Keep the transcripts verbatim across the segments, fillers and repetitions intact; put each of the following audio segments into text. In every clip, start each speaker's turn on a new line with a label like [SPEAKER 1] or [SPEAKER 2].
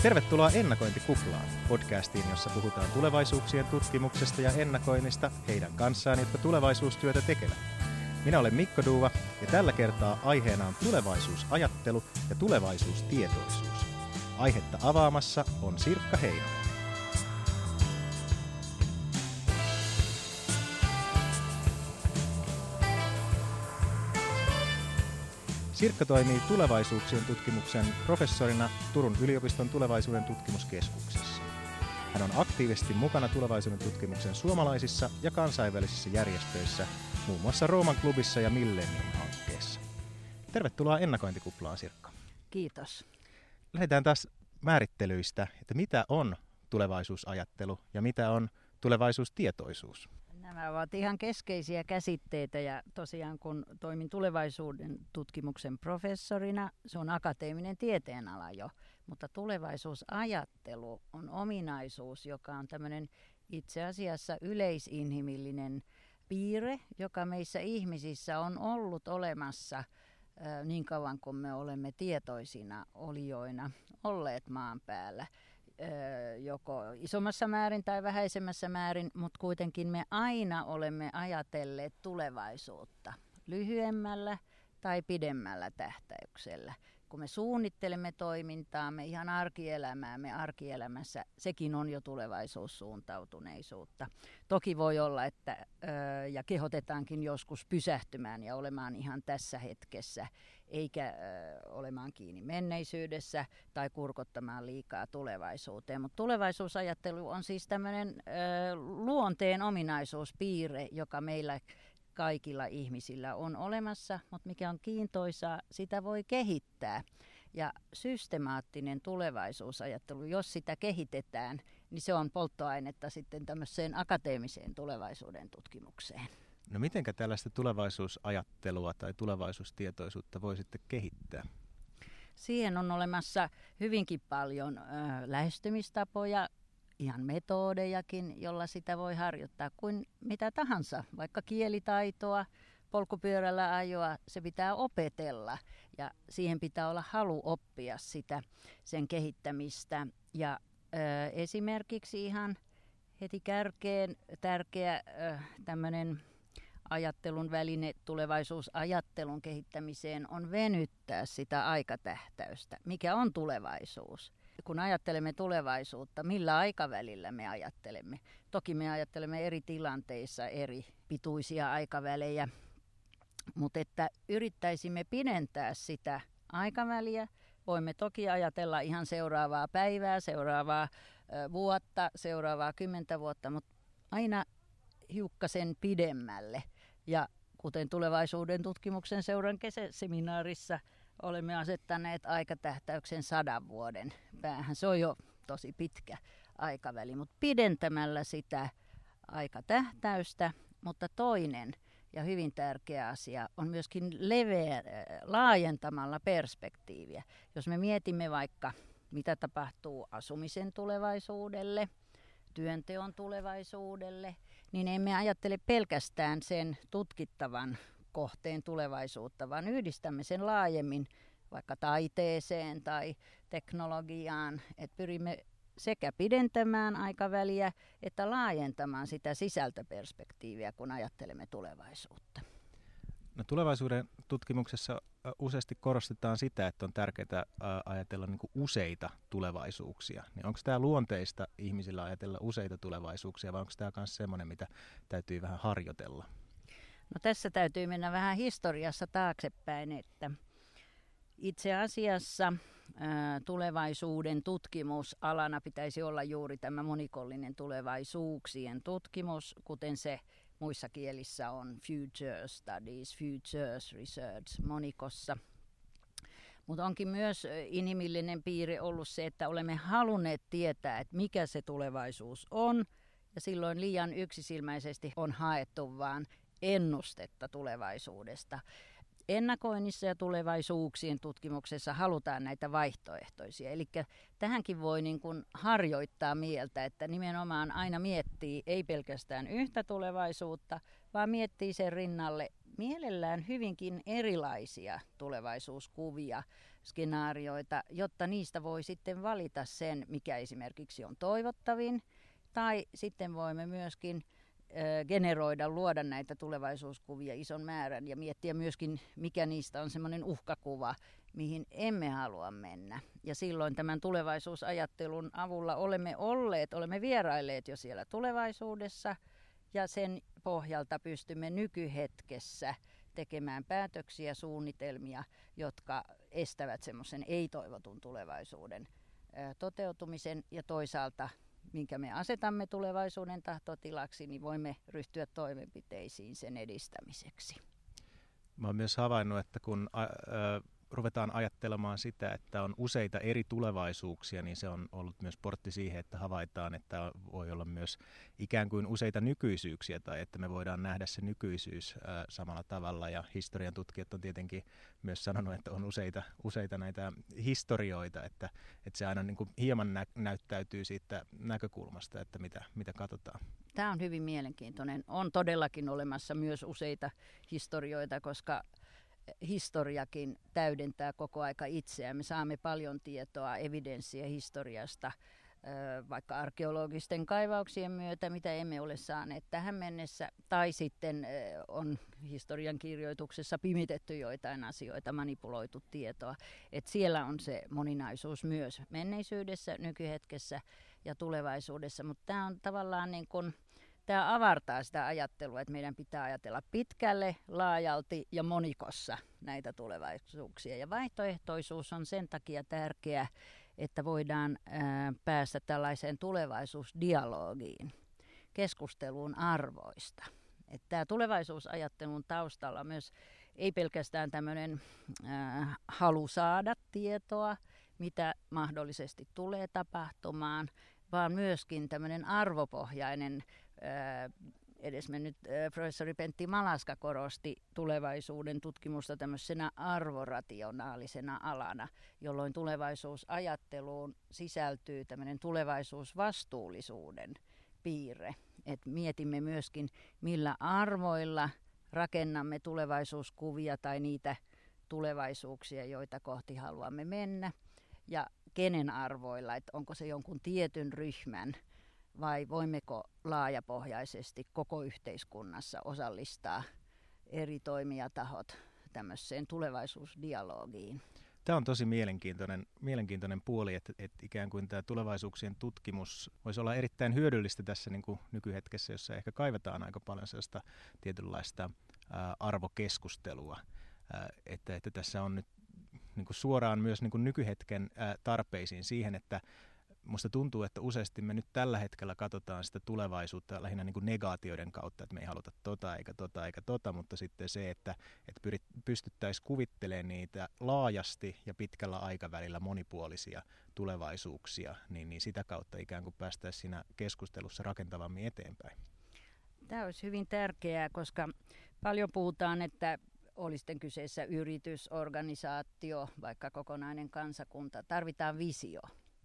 [SPEAKER 1] Tervetuloa Ennakointikuplaan, podcastiin, jossa puhutaan tulevaisuuksien tutkimuksesta ja ennakoinnista heidän kanssaan, jotka tulevaisuustyötä tekevät. Minä olen Mikko Duuva ja tällä kertaa aiheena on tulevaisuusajattelu ja tulevaisuustietoisuus. Aihetta avaamassa on Sirkka Heinonen. Sirkka toimii tulevaisuuksien tutkimuksen professorina Turun yliopiston tulevaisuuden tutkimuskeskuksessa. Hän on aktiivisesti mukana tulevaisuuden tutkimuksen suomalaisissa ja kansainvälisissä järjestöissä, muun muassa Rooman klubissa ja Millennium-hankkeessa. Tervetuloa Ennakointikuplaan, Sirkka.
[SPEAKER 2] Kiitos.
[SPEAKER 1] Lähdetään taas määrittelyistä, että mitä on tulevaisuusajattelu ja mitä on tulevaisuustietoisuus.
[SPEAKER 2] Nämä ovat ihan keskeisiä käsitteitä ja tosiaan kun toimin tulevaisuuden tutkimuksen professorina, se on akateeminen tieteenala jo, mutta tulevaisuusajattelu on ominaisuus, joka on tämmöinen itse asiassa yleisinhimillinen piirre, joka meissä ihmisissä on ollut olemassa niin kauan kuin me olemme tietoisina olioina olleet maan päällä. Joko isommassa määrin tai vähäisemmässä määrin, mutta kuitenkin me aina olemme ajatelleet tulevaisuutta lyhyemmällä tai pidemmällä tähtäyksellä. Kun me suunnittelemme toimintaamme, ihan arkielämäämme, arkielämässä sekin on jo tulevaisuussuuntautuneisuutta. Toki voi olla, että ja kehotetaankin joskus pysähtymään ja olemaan ihan tässä hetkessä, eikä olemaan kiinni menneisyydessä tai kurkottamaan liikaa tulevaisuuteen. Mutta tulevaisuusajattelu on siis tämmöinen luonteen ominaisuuspiirre, joka meillä kaikilla ihmisillä on olemassa, mutta mikä on kiintoisaa, sitä voi kehittää. Ja systemaattinen tulevaisuusajattelu, jos sitä kehitetään, niin se on polttoainetta sitten tämmöiseen akateemiseen tulevaisuuden tutkimukseen.
[SPEAKER 1] No mitenkä tällaista tulevaisuusajattelua tai tulevaisuustietoisuutta voi sitten kehittää?
[SPEAKER 2] Siihen on olemassa hyvinkin paljon ö, lähestymistapoja, ihan metodejakin, jolla sitä voi harjoittaa kuin mitä tahansa, vaikka kielitaitoa, polkupyörällä ajoa, se pitää opetella ja siihen pitää olla halu oppia sitä, sen kehittämistä. Ja ö, esimerkiksi ihan heti kärkeen tärkeä ö, tämmöinen ajattelun väline tulevaisuusajattelun kehittämiseen on venyttää sitä aikatähtäystä. Mikä on tulevaisuus? Kun ajattelemme tulevaisuutta, millä aikavälillä me ajattelemme? Toki me ajattelemme eri tilanteissa eri pituisia aikavälejä, mutta että yrittäisimme pidentää sitä aikaväliä. Voimme toki ajatella ihan seuraavaa päivää, seuraavaa vuotta, seuraavaa kymmentä vuotta, mutta aina hiukkasen pidemmälle. Ja kuten tulevaisuuden tutkimuksen seuran kesäseminaarissa olemme asettaneet aikatähtäyksen sadan vuoden päähän. Se on jo tosi pitkä aikaväli, mutta pidentämällä sitä aikatähtäystä. Mutta toinen ja hyvin tärkeä asia on myöskin leveä, laajentamalla perspektiiviä. Jos me mietimme vaikka, mitä tapahtuu asumisen tulevaisuudelle, työnteon tulevaisuudelle, niin emme ajattele pelkästään sen tutkittavan kohteen tulevaisuutta, vaan yhdistämme sen laajemmin vaikka taiteeseen tai teknologiaan, että pyrimme sekä pidentämään aikaväliä että laajentamaan sitä sisältöperspektiiviä, kun ajattelemme tulevaisuutta.
[SPEAKER 1] No, tulevaisuuden tutkimuksessa useasti korostetaan sitä, että on tärkeää ajatella niin kuin useita tulevaisuuksia. Niin onko tämä luonteista ihmisillä ajatella useita tulevaisuuksia vai onko tämä myös semmoinen, mitä täytyy vähän harjoitella?
[SPEAKER 2] No, tässä täytyy mennä vähän historiassa taaksepäin, että itse asiassa ää, tulevaisuuden tutkimusalana pitäisi olla juuri tämä monikollinen tulevaisuuksien tutkimus, kuten se muissa kielissä on future studies, futures research monikossa. Mutta onkin myös inhimillinen piirre ollut se, että olemme halunneet tietää, että mikä se tulevaisuus on, ja silloin liian yksisilmäisesti on haettu vaan ennustetta tulevaisuudesta. Ennakoinnissa ja tulevaisuuksien tutkimuksessa halutaan näitä vaihtoehtoisia. Eli tähänkin voi niin kuin harjoittaa mieltä, että nimenomaan aina miettii ei pelkästään yhtä tulevaisuutta, vaan miettii sen rinnalle mielellään hyvinkin erilaisia tulevaisuuskuvia, skenaarioita, jotta niistä voi sitten valita sen, mikä esimerkiksi on toivottavin, tai sitten voimme myöskin generoida, luoda näitä tulevaisuuskuvia ison määrän ja miettiä myöskin, mikä niistä on semmoinen uhkakuva, mihin emme halua mennä. Ja silloin tämän tulevaisuusajattelun avulla olemme olleet, olemme vierailleet jo siellä tulevaisuudessa ja sen pohjalta pystymme nykyhetkessä tekemään päätöksiä, suunnitelmia, jotka estävät semmoisen ei-toivotun tulevaisuuden toteutumisen ja toisaalta minkä me asetamme tulevaisuuden tahtotilaksi, niin voimme ryhtyä toimenpiteisiin sen edistämiseksi.
[SPEAKER 1] Mä oon myös havainnut, että kun ä, ä, ruvetaan ajattelemaan sitä, että on useita eri tulevaisuuksia, niin se on ollut myös portti siihen, että havaitaan, että voi olla myös ikään kuin useita nykyisyyksiä tai että me voidaan nähdä se nykyisyys ä, samalla tavalla. Ja historian tutkijat on tietenkin myös sanonut, että on useita, useita näitä historioita, että, että se aina niin kuin hieman nä- näyttäytyy siitä näkökulmasta, että mitä, mitä katsotaan.
[SPEAKER 2] Tämä on hyvin mielenkiintoinen. On todellakin olemassa myös useita historioita, koska historiakin täydentää koko aika itseään. Me saamme paljon tietoa, evidenssiä historiasta, vaikka arkeologisten kaivauksien myötä, mitä emme ole saaneet tähän mennessä, tai sitten on historian kirjoituksessa pimitetty joitain asioita, manipuloitu tietoa. Et siellä on se moninaisuus myös menneisyydessä, nykyhetkessä ja tulevaisuudessa, mutta tämä on tavallaan niin kuin Tämä avartaa sitä ajattelua, että meidän pitää ajatella pitkälle, laajalti ja monikossa näitä tulevaisuuksia. Ja vaihtoehtoisuus on sen takia tärkeä, että voidaan ää, päästä tällaiseen tulevaisuusdialogiin, keskusteluun arvoista. Että tämä tulevaisuusajattelun taustalla myös ei pelkästään tämmöinen ää, halu saada tietoa, mitä mahdollisesti tulee tapahtumaan, vaan myöskin tämmöinen arvopohjainen, edesmennyt professori Pentti Malaska korosti tulevaisuuden tutkimusta tämmöisenä arvorationaalisena alana, jolloin tulevaisuusajatteluun sisältyy tämmöinen tulevaisuusvastuullisuuden piirre. Et mietimme myöskin, millä arvoilla rakennamme tulevaisuuskuvia tai niitä tulevaisuuksia, joita kohti haluamme mennä, ja kenen arvoilla, että onko se jonkun tietyn ryhmän vai voimmeko laajapohjaisesti koko yhteiskunnassa osallistaa eri toimijatahot tämmöiseen tulevaisuusdialogiin.
[SPEAKER 1] Tämä on tosi mielenkiintoinen, mielenkiintoinen puoli, että, että ikään kuin tämä tulevaisuuksien tutkimus voisi olla erittäin hyödyllistä tässä niin kuin nykyhetkessä, jossa ehkä kaivataan aika paljon sellaista tietynlaista ää, arvokeskustelua, ää, että, että tässä on nyt niin kuin suoraan myös niin kuin nykyhetken ää, tarpeisiin siihen, että musta tuntuu, että useasti me nyt tällä hetkellä katsotaan sitä tulevaisuutta lähinnä niin kuin negaatioiden kautta, että me ei haluta tota eikä tota eikä tota, mutta sitten se, että, että pyrit, pystyttäisiin kuvittelemaan niitä laajasti ja pitkällä aikavälillä monipuolisia tulevaisuuksia, niin, niin sitä kautta ikään kuin päästäisiin siinä keskustelussa rakentavammin eteenpäin.
[SPEAKER 2] Tämä olisi hyvin tärkeää, koska paljon puhutaan, että oli sitten kyseessä yritys, organisaatio, vaikka kokonainen kansakunta, tarvitaan visio.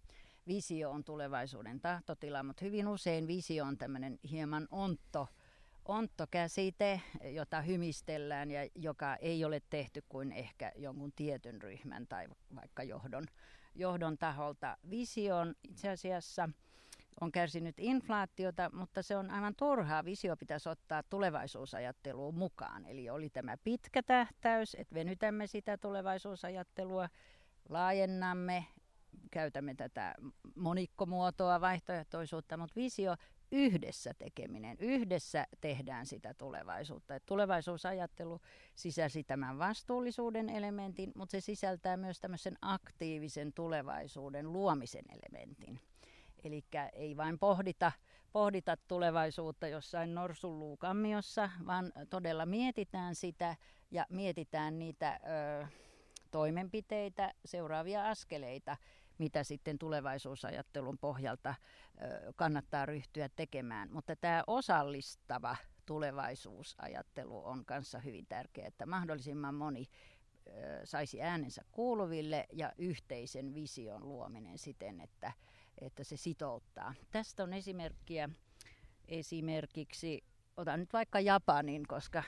[SPEAKER 2] Visio on tulevaisuuden tahtotila, mutta hyvin usein visio on tämmöinen hieman ontto, ontto käsite, jota hymistellään ja joka ei ole tehty kuin ehkä jonkun tietyn ryhmän tai vaikka johdon, johdon taholta. Visio on itse asiassa on kärsinyt inflaatiota, mutta se on aivan turhaa. Visio pitäisi ottaa tulevaisuusajatteluun mukaan. Eli oli tämä pitkä tähtäys, että venytämme sitä tulevaisuusajattelua, laajennamme, käytämme tätä monikkomuotoa, vaihtoehtoisuutta, mutta visio yhdessä tekeminen, yhdessä tehdään sitä tulevaisuutta. Et tulevaisuusajattelu sisälsi tämän vastuullisuuden elementin, mutta se sisältää myös tämmöisen aktiivisen tulevaisuuden luomisen elementin. Eli ei vain pohdita, pohdita tulevaisuutta jossain norsunluukammiossa, vaan todella mietitään sitä ja mietitään niitä ö, toimenpiteitä, seuraavia askeleita, mitä sitten tulevaisuusajattelun pohjalta ö, kannattaa ryhtyä tekemään. Mutta tämä osallistava tulevaisuusajattelu on kanssa hyvin tärkeää, että mahdollisimman moni ö, saisi äänensä kuuluville ja yhteisen vision luominen siten, että että se sitouttaa. Tästä on esimerkkiä esimerkiksi, otan nyt vaikka Japanin, koska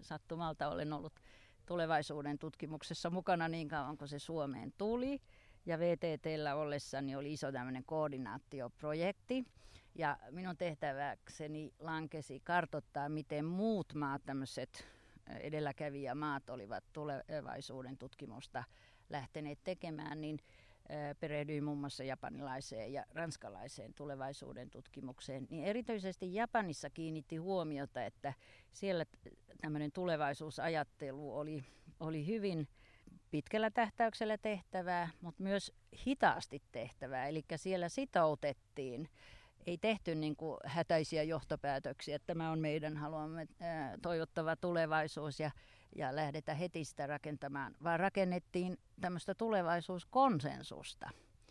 [SPEAKER 2] sattumalta olen ollut tulevaisuuden tutkimuksessa mukana niin kauan kuin se Suomeen tuli. Ja V T T:llä ollessani oli iso tämmöinen koordinaatioprojekti. Ja minun tehtäväkseni lankesi kartoittaa, miten muut maat, tämmöiset edelläkävijämaat olivat tulevaisuuden tutkimusta lähteneet tekemään, niin perehdyin muun muassa japanilaiseen ja ranskalaiseen tulevaisuuden tutkimukseen. Niin erityisesti Japanissa kiinnitti huomiota, että siellä tämmöinen tulevaisuusajattelu oli, oli hyvin pitkällä tähtäyksellä tehtävää, mutta myös hitaasti tehtävää. Eli siellä sitoutettiin. Ei tehty niin kuin hätäisiä johtopäätöksiä, että tämä on meidän haluamme ää, toivottava tulevaisuus ja, ja lähdetään heti sitä rakentamaan, vaan rakennettiin tämmöistä tulevaisuuskonsensusta.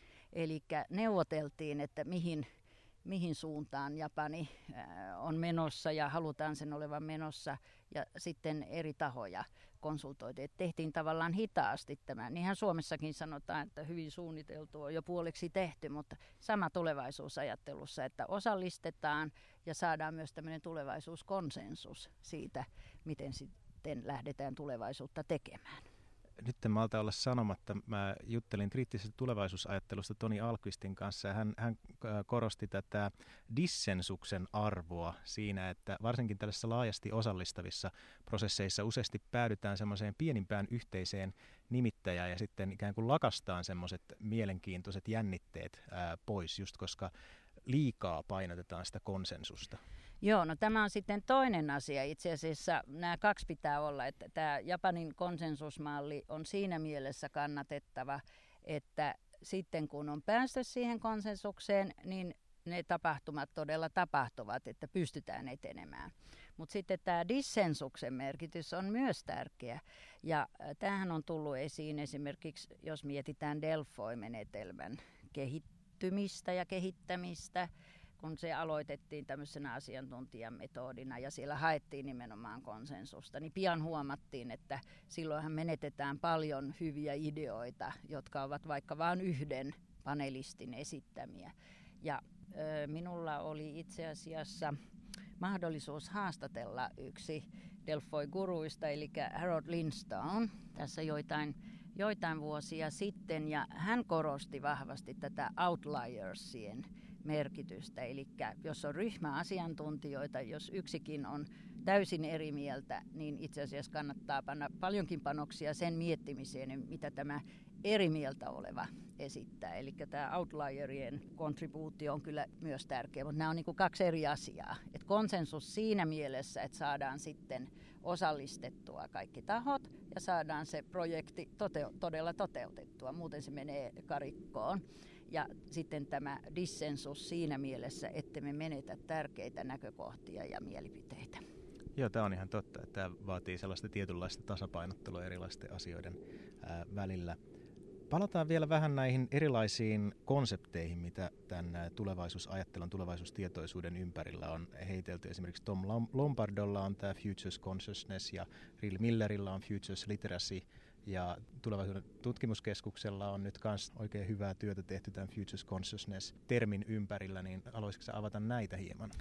[SPEAKER 2] Eli neuvoteltiin, että mihin, mihin suuntaan Japani ää, on menossa ja halutaan sen olevan menossa ja sitten eri tahoja konsultoitiin. Et tehtiin tavallaan hitaasti tämä. Niinhän Suomessakin sanotaan, että hyvin suunniteltu on jo puoliksi tehty, mutta sama tulevaisuusajattelussa, että osallistetaan ja saadaan myös tämmöinen tulevaisuuskonsensus siitä, miten sitten lähdetään tulevaisuutta tekemään.
[SPEAKER 1] Nyt en malta olla sanomatta. Mä juttelin kriittisestä tulevaisuusajattelusta Toni Ahlqvistin kanssa ja hän, hän korosti tätä dissensuksen arvoa siinä, että varsinkin tällaisissa laajasti osallistavissa prosesseissa useasti päädytään semmoiseen pienimpään yhteiseen nimittäjään ja sitten ikään kuin lakastaan semmoiset mielenkiintoiset jännitteet ää, pois, just koska liikaa painotetaan sitä konsensusta.
[SPEAKER 2] Joo, no tämä on sitten toinen asia. Itse asiassa nämä kaksi pitää olla, että tämä Japanin konsensusmalli on siinä mielessä kannatettava, että sitten kun on päästy siihen konsensukseen, niin ne tapahtumat todella tapahtuvat, että pystytään etenemään. Mutta sitten tämä dissensuksen merkitys on myös tärkeä. Ja tämähän on tullut esiin esimerkiksi, jos mietitään Delfoi-menetelmän kehittymistä ja kehittämistä, kun se aloitettiin tämmöisenä asiantuntijametodina ja siellä haettiin nimenomaan konsensusta, niin pian huomattiin, että silloinhan menetetään paljon hyviä ideoita, jotka ovat vaikka vain yhden panelistin esittämiä. Ja ö, minulla oli itse asiassa mahdollisuus haastatella yksi Delfoi-guruista, eli Harold Lindstone, tässä joitain, joitain vuosia sitten, ja hän korosti vahvasti tätä outliersien merkitystä. Eli jos on ryhmä asiantuntijoita, jos yksikin on täysin eri mieltä, niin itse asiassa kannattaa panna paljonkin panoksia sen miettimiseen, mitä tämä eri mieltä oleva esittää. Eli tämä outlierien kontribuutio on kyllä myös tärkeä, mutta nämä on niin kuin kaksi eri asiaa. Et konsensus siinä mielessä, että saadaan sitten osallistettua kaikki tahot ja saadaan se projekti tote- todella toteutettua, muuten se menee karikkoon. Ja sitten tämä dissensus siinä mielessä, että me menetä tärkeitä näkökohtia ja mielipiteitä.
[SPEAKER 1] Joo, tämä on ihan totta, että tämä vaatii sellaista tietynlaista tasapainottelua erilaisten asioiden ää, välillä. Palataan vielä vähän näihin erilaisiin konsepteihin, mitä tämän tulevaisuusajattelun, tulevaisuustietoisuuden ympärillä on heitelty. Esimerkiksi Tom Lombardolla on tämä Futures Consciousness ja Rill Millerillä on Futures Literacy. Ja tulevaisuuden tutkimuskeskuksella on nyt myös oikein hyvää työtä tehty tämän Futures Consciousness-termin ympärillä, niin haluaisitko sä avata näitä hieman?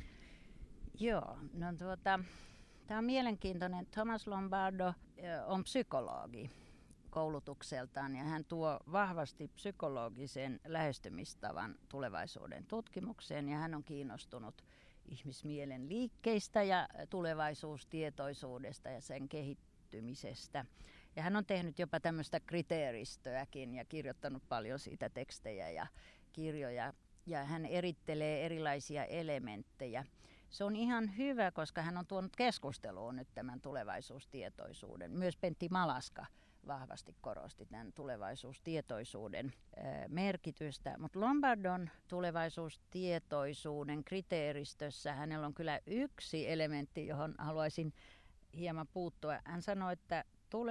[SPEAKER 2] Joo, no tuota, tämä on mielenkiintoinen. Thomas Lombardo on psykologi koulutukseltaan ja hän tuo vahvasti psykologisen lähestymistavan tulevaisuuden tutkimukseen ja hän on kiinnostunut ihmismielen liikkeistä ja tulevaisuustietoisuudesta ja sen kehittymisestä. Ja hän on tehnyt jopa tämmöistä kriteeristöäkin ja kirjoittanut paljon siitä tekstejä ja kirjoja. Ja hän erittelee erilaisia elementtejä. Se on ihan hyvä, koska hän on tuonut keskusteluun nyt tämän tulevaisuustietoisuuden. Myös Pentti Malaska vahvasti korosti tämän tulevaisuustietoisuuden merkitystä. Mutta Lombardon tulevaisuustietoisuuden kriteeristössä hänellä on kyllä yksi elementti, johon haluaisin hieman puuttua. Hän sanoi, että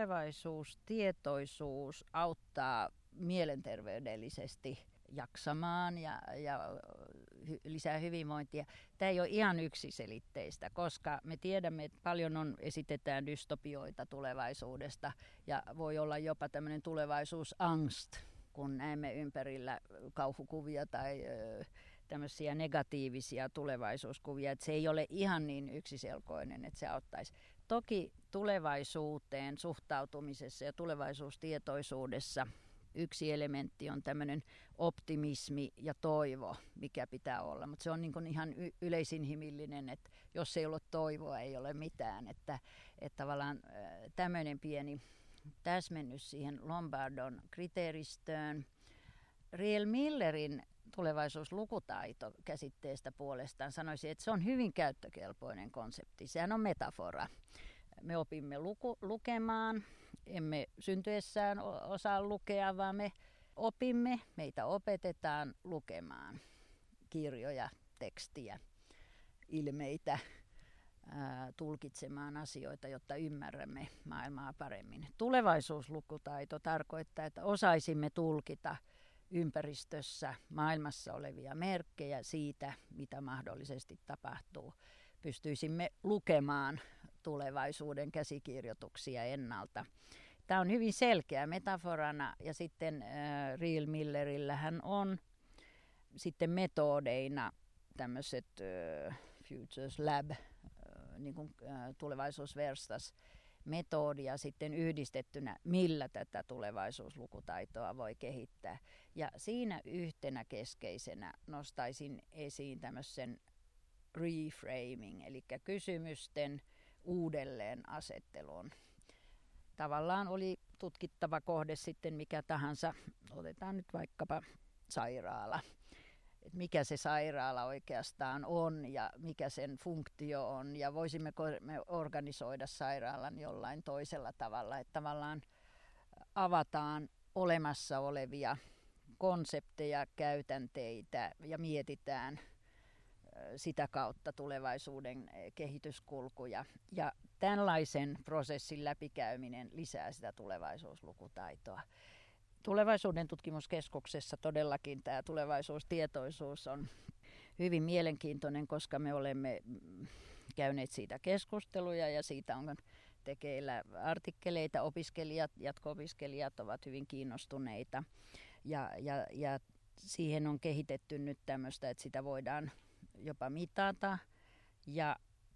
[SPEAKER 2] tulevaisuustietoisuus auttaa mielenterveydellisesti jaksamaan ja, ja hy, lisää hyvinvointia. Tämä ei ole ihan yksiselitteistä, koska me tiedämme, että paljon on, esitetään dystopioita tulevaisuudesta ja voi olla jopa tämmöinen tulevaisuusangst, kun näemme ympärillä kauhukuvia tai ö, tämmöisiä negatiivisia tulevaisuuskuvia. Että se ei ole ihan niin yksiselkoinen, että se auttaisi. toki tulevaisuuteen suhtautumisessa ja tulevaisuustietoisuudessa yksi elementti on tämmöinen optimismi ja toivo, mikä pitää olla. Mutta se on niin kuin ihan y- yleisinhimillinen, että jos ei ole toivoa, ei ole mitään. Että, että tavallaan tämmöinen pieni täsmennys siihen Lombardon kriteeristöön. Riel Millerin tulevaisuuslukutaito käsitteestä puolestaan sanoisin, että se on hyvin käyttökelpoinen konsepti. Sehän on metafora. Me opimme luku, lukemaan, emme syntyessään osaa lukea, vaan me opimme, meitä opetetaan lukemaan kirjoja, tekstiä, ilmeitä, ää, tulkitsemaan asioita, jotta ymmärrämme maailmaa paremmin. Tulevaisuuslukutaito tarkoittaa, että osaisimme tulkita ympäristössä, maailmassa olevia merkkejä siitä, mitä mahdollisesti tapahtuu. Pystyisimme lukemaan tulevaisuuden käsikirjoituksia ennalta. Tämä on hyvin selkeä metaforana ja sitten äh, Riel Millerillähän on sitten metodeina tämmöiset äh, Futures Lab, äh, niin kuin äh, tulevaisuusverstas metodia sitten yhdistettynä, millä tätä tulevaisuuslukutaitoa voi kehittää. Ja siinä yhtenä keskeisenä nostaisin esiin tämmöisen reframing, eli kysymysten uudelleen asettelun. Tavallaan oli tutkittava kohde sitten mikä tahansa, otetaan nyt vaikkapa sairaala. Et mikä se sairaala oikeastaan on ja mikä sen funktio on ja voisimmeko me organisoida sairaalan jollain toisella tavalla. Että tavallaan avataan olemassa olevia konsepteja, käytänteitä ja mietitään sitä kautta tulevaisuuden kehityskulkuja. Ja tällaisen prosessin läpikäyminen lisää sitä tulevaisuuslukutaitoa. Tulevaisuuden tutkimuskeskuksessa todellakin tämä tulevaisuustietoisuus on hyvin mielenkiintoinen, koska me olemme käyneet siitä keskusteluja ja siitä on tekeillä artikkeleita. Opiskelijat, jatko-opiskelijat ovat hyvin kiinnostuneita ja, ja, ja siihen on kehitetty nyt tämmöistä, että sitä voidaan jopa mitata ja,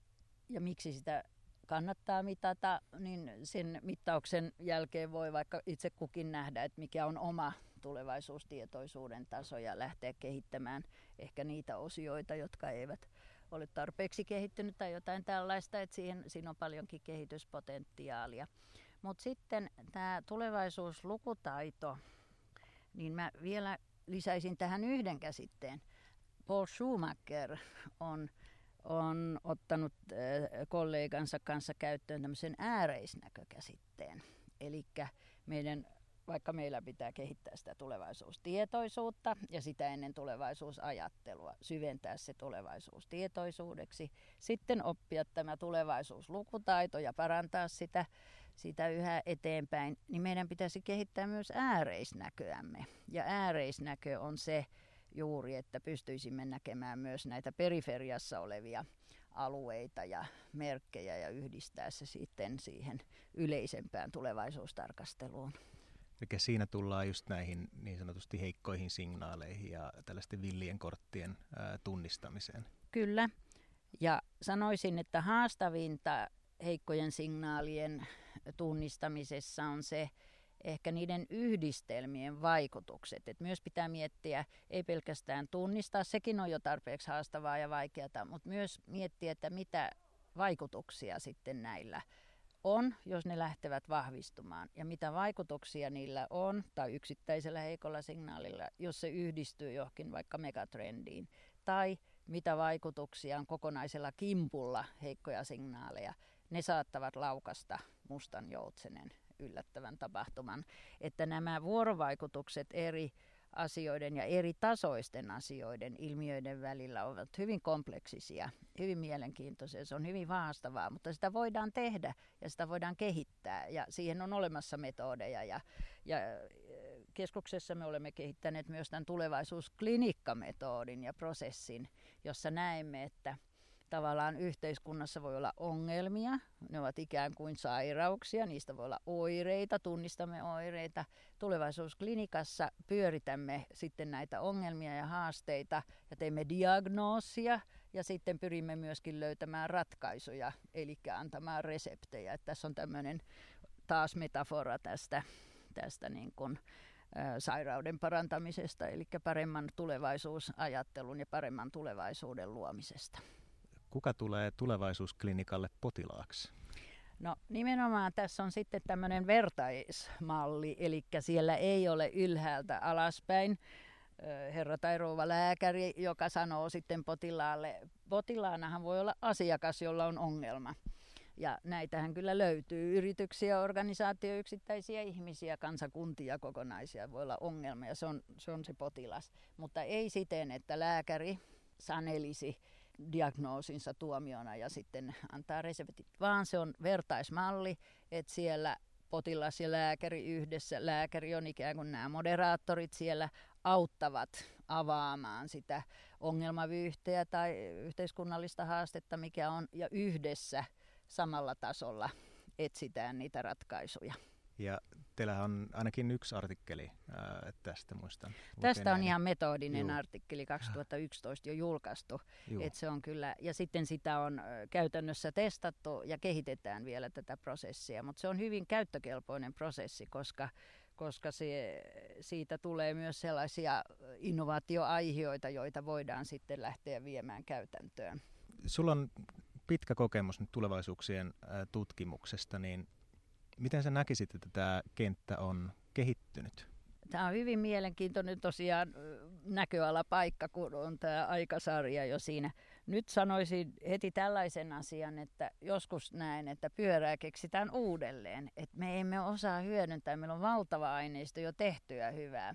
[SPEAKER 2] ja miksi sitä kannattaa mitata, niin sen mittauksen jälkeen voi vaikka itse kukin nähdä, että mikä on oma tulevaisuustietoisuuden taso ja lähteä kehittämään ehkä niitä osioita, jotka eivät ole tarpeeksi kehittynyt tai jotain tällaista, että siihen, siinä on paljonkin kehityspotentiaalia. Mutta sitten tämä tulevaisuuslukutaito, niin mä vielä lisäisin tähän yhden käsitteen. Paul Schumacher on on ottanut kollegansa kanssa käyttöön tämmöisen ääreisnäkökäsitteen. Eli meidän, vaikka meillä pitää kehittää sitä tulevaisuustietoisuutta ja sitä ennen tulevaisuusajattelua, syventää se tulevaisuustietoisuudeksi, sitten oppia tämä tulevaisuuslukutaito ja parantaa sitä, sitä yhä eteenpäin, niin meidän pitäisi kehittää myös ääreisnäköämme. Ja ääreisnäkö on se, juuri, että pystyisimme näkemään myös näitä periferiassa olevia alueita ja merkkejä ja yhdistää se sitten siihen yleisempään tulevaisuustarkasteluun.
[SPEAKER 1] Eli siinä tullaan just näihin niin sanotusti heikkoihin signaaleihin ja tällaisten villien korttien ää, tunnistamiseen.
[SPEAKER 2] Kyllä, ja sanoisin, että haastavinta heikkojen signaalien tunnistamisessa on se, ehkä niiden yhdistelmien vaikutukset. Et myös pitää miettiä, ei pelkästään tunnistaa, sekin on jo tarpeeksi haastavaa ja vaikeaa, mutta myös miettiä, että mitä vaikutuksia sitten näillä on, jos ne lähtevät vahvistumaan. Ja mitä vaikutuksia niillä on, tai yksittäisellä heikolla signaalilla, jos se yhdistyy johonkin vaikka megatrendiin. Tai mitä vaikutuksia on kokonaisella kimpulla heikkoja signaaleja. Ne saattavat laukasta mustan joutsenen yllättävän tapahtuman, että nämä vuorovaikutukset eri asioiden ja eri tasoisten asioiden, ilmiöiden välillä ovat hyvin kompleksisia, hyvin mielenkiintoisia. Se on hyvin haastavaa, mutta sitä voidaan tehdä ja sitä voidaan kehittää ja siihen on olemassa metodeja. Ja, ja keskuksessa me olemme kehittäneet myös tämän tulevaisuusklinikkametodin ja prosessin, jossa näemme, että tavallaan yhteiskunnassa voi olla ongelmia, ne ovat ikään kuin sairauksia, niistä voi olla oireita, tunnistamme oireita. Tulevaisuusklinikassa pyöritämme sitten näitä ongelmia ja haasteita ja teemme diagnoosia ja sitten pyrimme myöskin löytämään ratkaisuja, eli antamaan reseptejä. Että tässä on tämmöinen taas metafora tästä, tästä niin kuin, ä, sairauden parantamisesta, eli paremman tulevaisuusajattelun ja paremman tulevaisuuden luomisesta.
[SPEAKER 1] Kuka tulee tulevaisuusklinikalle potilaaksi?
[SPEAKER 2] No nimenomaan tässä on sitten tämmöinen vertaismalli, eli siellä ei ole ylhäältä alaspäin herra tai rouva lääkäri, joka sanoo sitten potilaalle, potilaanahan voi olla asiakas, jolla on ongelma. Ja näitähän kyllä löytyy, yrityksiä, organisaatioita, yksittäisiä ihmisiä, kansakuntia kokonaisia voi olla ongelma ja se on se, on se potilas. Mutta ei siten, että lääkäri sanelisi diagnoosinsa tuomiona ja sitten antaa reseptit, vaan se on vertaismalli, että siellä potilas ja lääkäri yhdessä, lääkäri on ikään kuin nämä moderaattorit siellä auttavat avaamaan sitä ongelmavyyhteä tai yhteiskunnallista haastetta, mikä on, ja yhdessä samalla tasolla etsitään niitä ratkaisuja.
[SPEAKER 1] Ja teillä on ainakin yksi artikkeli ää, tästä, muistan.
[SPEAKER 2] Tästä on
[SPEAKER 1] näin.
[SPEAKER 2] ihan metodinen
[SPEAKER 1] Juu.
[SPEAKER 2] artikkeli kaksituhattayksitoista jo julkaistu. Et se on kyllä, ja sitten sitä on ö, käytännössä testattu ja kehitetään vielä tätä prosessia, mutta se on hyvin käyttökelpoinen prosessi, koska, koska se, siitä tulee myös sellaisia innovaatioaihioita, joita voidaan sitten lähteä viemään käytäntöön.
[SPEAKER 1] Sulla on pitkä kokemus nyt tulevaisuuksien ää, tutkimuksesta, niin miten sä näkisit, että tämä kenttä on kehittynyt?
[SPEAKER 2] Tämä on hyvin mielenkiintoinen tosiaan näköalapaikka, kun on tämä aikasarja jo siinä. Nyt sanoisin heti tällaisen asian, että joskus näen, että pyörää keksitään uudelleen. Että me emme osaa hyödyntää, meillä on valtava aineisto jo tehtyä hyvää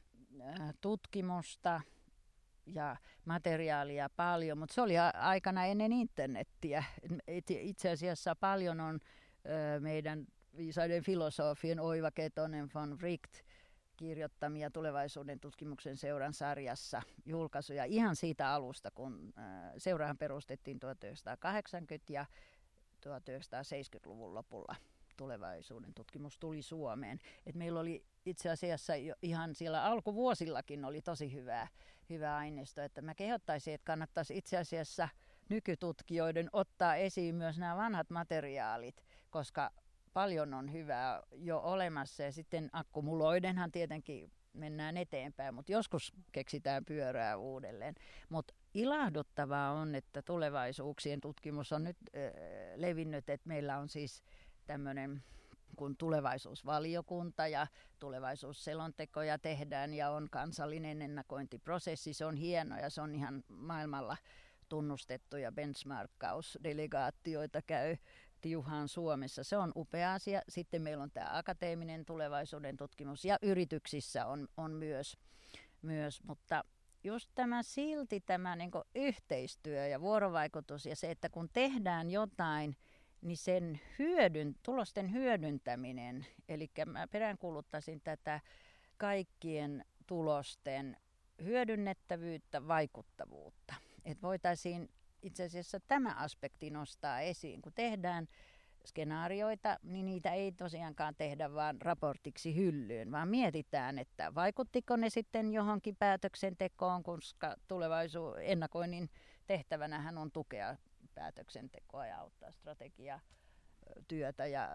[SPEAKER 2] tutkimusta ja materiaalia paljon, mutta se oli aikana ennen internettiä. Itse asiassa paljon on meidän viisaiden filosofien Oiva Ketonen von Wright kirjoittamia tulevaisuuden tutkimuksen seuran sarjassa julkaisuja ihan siitä alusta, kun seurahan perustettiin tuhatyhdeksänsataakahdeksankymmentä ja tuhatyhdeksänsataaseitsemänkymmentäluvun lopulla tulevaisuuden tutkimus tuli Suomeen. Et meillä oli itse asiassa jo ihan siellä alkuvuosillakin oli tosi hyvää, hyvää aineistoa, että mä kehottaisin, että kannattaisi itse asiassa nykytutkijoiden ottaa esiin myös nämä vanhat materiaalit, koska paljon on hyvää jo olemassa ja sitten akkumuloidenhan tietenkin mennään eteenpäin, mutta joskus keksitään pyörää uudelleen. Mutta ilahduttavaa on, että tulevaisuuksien tutkimus on nyt äh, levinnyt, että meillä on siis tämmöinen kun tulevaisuusvaliokunta ja tulevaisuusselontekoja tehdään ja on kansallinen ennakointiprosessi, se on hieno ja se on ihan maailmalla tunnustettu ja benchmarkkausdelegaatioita käy tiuhaan Suomessa. Se on upea asia. Sitten meillä on tämä akateeminen tulevaisuuden tutkimus ja yrityksissä on, on myös, myös, mutta just tämä silti tämä niin kuin yhteistyö ja vuorovaikutus ja se, että kun tehdään jotain, niin sen hyödyn, tulosten hyödyntäminen, eli mä peräänkuuluttaisin tätä kaikkien tulosten hyödynnettävyyttä, vaikuttavuutta. Että voitaisiin itse asiassa tämä aspekti nostaa esiin. Kun tehdään skenaarioita, niin niitä ei tosiaankaan tehdä vaan raportiksi hyllyyn, vaan mietitään, että vaikuttiko ne sitten johonkin päätöksentekoon, koska tulevaisuuden ennakoinnin tehtävänähän on tukea päätöksentekoa ja auttaa strategiatyötä ja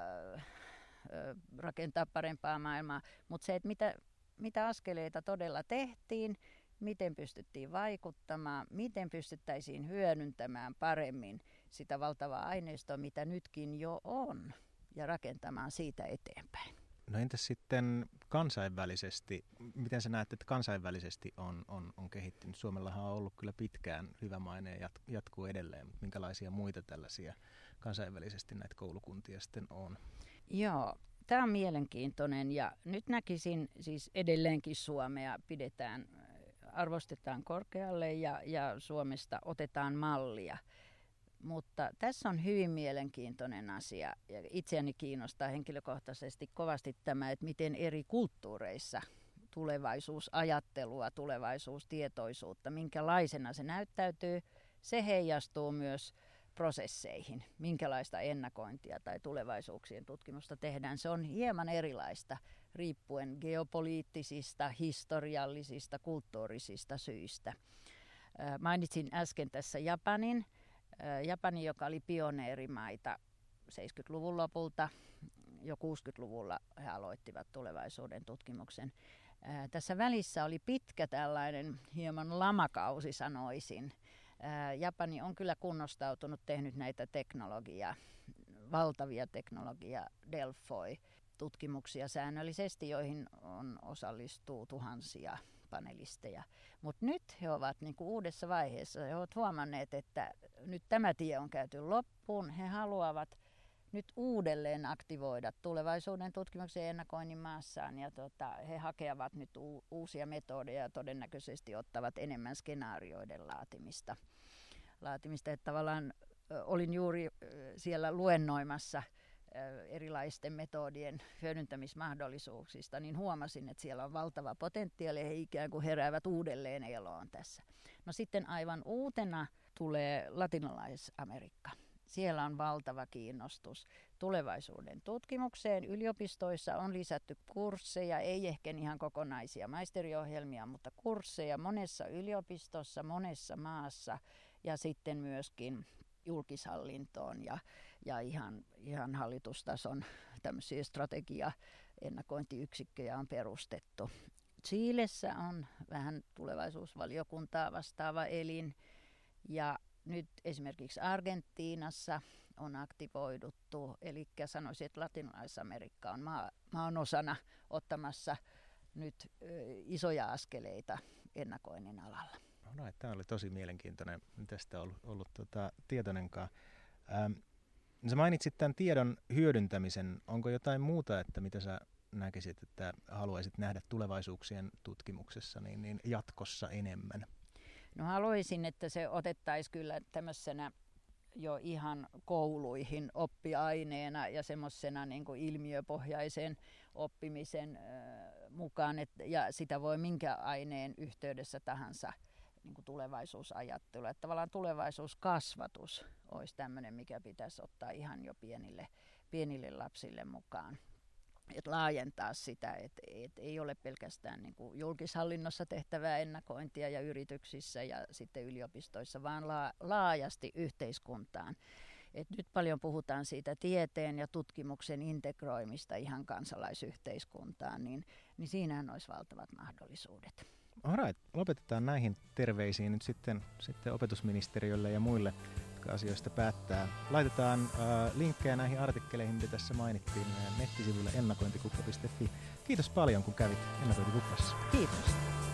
[SPEAKER 2] rakentaa parempaa maailmaa. Mutta se, että mitä, mitä askeleita todella tehtiin, miten pystyttiin vaikuttamaan, miten pystyttäisiin hyödyntämään paremmin sitä valtavaa aineistoa, mitä nytkin jo on, ja rakentamaan siitä eteenpäin.
[SPEAKER 1] No entäs sitten kansainvälisesti, miten sä näet, että kansainvälisesti on, on, on kehittynyt? Suomellahan on ollut kyllä pitkään hyvä maine ja jatkuu edelleen, mutta minkälaisia muita tällaisia kansainvälisesti näitä koulukuntia sitten on?
[SPEAKER 2] Joo, tämä on mielenkiintoinen ja nyt näkisin siis edelleenkin Suomea pidetään, arvostetaan korkealle ja, ja Suomesta otetaan mallia. Mutta tässä on hyvin mielenkiintoinen asia ja itseäni kiinnostaa henkilökohtaisesti kovasti tämä, että miten eri kulttuureissa tulevaisuusajattelua, tulevaisuustietoisuutta, minkälaisena se näyttäytyy. Se heijastuu myös prosesseihin, minkälaista ennakointia tai tulevaisuuksien tutkimusta tehdään. Se on hieman erilaista riippuen geopoliittisista, historiallisista, kulttuurisista syistä. Mainitsin äsken tässä Japanin. Japani, joka oli pioneerimaita seitsemänkymmentäluvun lopulta, jo kuusikymmentäluvulla he aloittivat tulevaisuuden tutkimuksen. Tässä välissä oli pitkä tällainen hieman lamakausi, sanoisin. Japani on kyllä kunnostautunut, tehnyt näitä teknologiaa, valtavia teknologia Delfoi-tutkimuksia säännöllisesti, joihin on osallistuu tuhansia panelisteja. Mutta nyt he ovat niinku uudessa vaiheessa. He ovat huomanneet, että nyt tämä tie on käyty loppuun. He haluavat nyt uudelleen aktivoida tulevaisuuden tutkimuksen ennakoinnin maassaan. Ja tota, he hakevat nyt u- uusia metodeja ja todennäköisesti ottavat enemmän skenaarioiden laatimista. laatimista. Että tavallaan ö, olin juuri ö, siellä luennoimassa erilaisten metodien hyödyntämismahdollisuuksista, niin huomasin, että siellä on valtava potentiaali ja he ikään kuin heräävät uudelleen eloon tässä. No sitten aivan uutena tulee Latinalais-Amerikka. Siellä on valtava kiinnostus tulevaisuuden tutkimukseen. Yliopistoissa on lisätty kursseja, ei ehkä ihan kokonaisia maisteriohjelmia, mutta kursseja monessa yliopistossa, monessa maassa ja sitten myöskin julkishallintoon ja, ja ihan, ihan hallitustason tämmöisiä strategia-ennakointiyksikköjä on perustettu. Chilessä on vähän tulevaisuusvaliokuntaa vastaava elin ja nyt esimerkiksi Argentiinassa on aktivoiduttu, eli sanoisin, että Latinalais-Amerikka on maa, maan osana ottamassa nyt ö, isoja askeleita ennakoinnin alalla.
[SPEAKER 1] No, tämä oli tosi mielenkiintoinen, tästä on ollut, ollut tota, tietoinenkaan. Ähm, sä mainitsit tämän tiedon hyödyntämisen. Onko jotain muuta, että mitä sä näkisit, että haluaisit nähdä tulevaisuuksien tutkimuksessa niin, niin jatkossa enemmän?
[SPEAKER 2] No haluaisin, että se otettaisiin kyllä tämmöisenä jo ihan kouluihin oppiaineena ja semmoisena niin kuin ilmiöpohjaisen oppimisen äh, mukaan, et, ja sitä voi minkä aineen yhteydessä tahansa niin kuin tulevaisuusajattelu. Että tavallaan tulevaisuuskasvatus olisi tämmöinen, mikä pitäisi ottaa ihan jo pienille, pienille lapsille mukaan. Et laajentaa sitä, että et ei ole pelkästään niin kuin julkishallinnossa tehtävää ennakointia ja yrityksissä ja sitten yliopistoissa, vaan la, laajasti yhteiskuntaan. Et nyt paljon puhutaan siitä tieteen ja tutkimuksen integroimista ihan kansalaisyhteiskuntaan, niin, niin siinähän olisi valtavat mahdollisuudet.
[SPEAKER 1] Alright, lopetetaan näihin terveisiin nyt sitten, sitten opetusministeriölle ja muille, jotka asioista päättää. Laitetaan äh, linkkejä näihin artikkeleihin, mitä tässä mainittiin, meidän nettisivuille ennakointikupla piste fi. Kiitos paljon, kun kävit Ennakointikuplassa.
[SPEAKER 2] Kiitos.